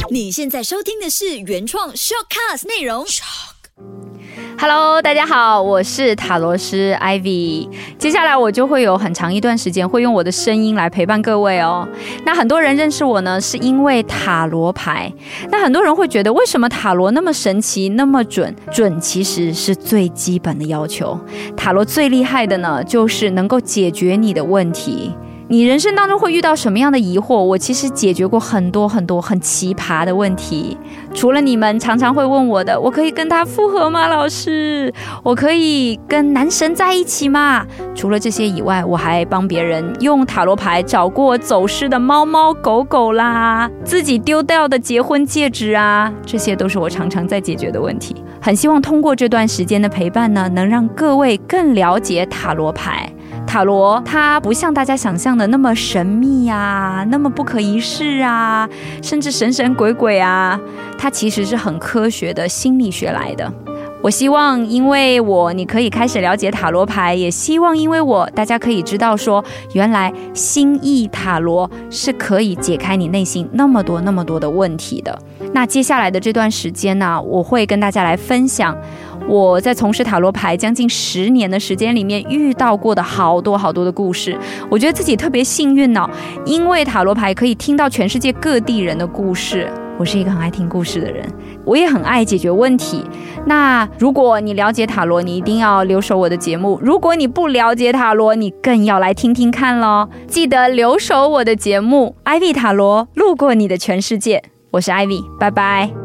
你现在收听的是原创 Shortcast 内容。 Hello， 大家好，我是塔罗师 Ivy。接下来我就会有很长一段时间会用我的声音来陪伴各位哦。那很多人认识我呢，是因为塔罗牌。那很多人会觉得，为什么塔罗那么神奇，那么准？准其实是最基本的要求。塔罗最厉害的呢，就是能够解决你的问题。你人生当中会遇到什么样的疑惑？我其实解决过很多很奇葩的问题。除了你们常常会问我的，我可以跟他复合吗？老师，我可以跟男神在一起吗？除了这些以外，我还帮别人用塔罗牌找过走失的猫猫狗狗啦，自己丢掉的结婚戒指啊，这些都是我常常在解决的问题。很希望通过这段时间的陪伴呢，能让各位更了解塔罗牌。塔罗它不像大家想象的那么神秘啊，那么不可一世啊，甚至神神鬼鬼啊，它其实是很科学的心理学来的。我希望因为你可以开始了解塔罗牌，也希望因为大家可以知道说，原来心意塔罗是可以解开你内心那么多的问题的。那接下来的这段时间呢，我会跟大家来分享我在从事塔罗牌将近10年的时间里面遇到过的好多的故事。我觉得自己特别幸运哦，因为塔罗牌可以听到全世界各地人的故事。我是一个很爱听故事的人，我也很爱解决问题。那如果你了解塔罗，你一定要留守我的节目；如果你不了解塔罗，你更要来听听看咯。记得留守我的节目， Ivy 塔罗，路过你的全世界。我是 Ivy， 拜拜。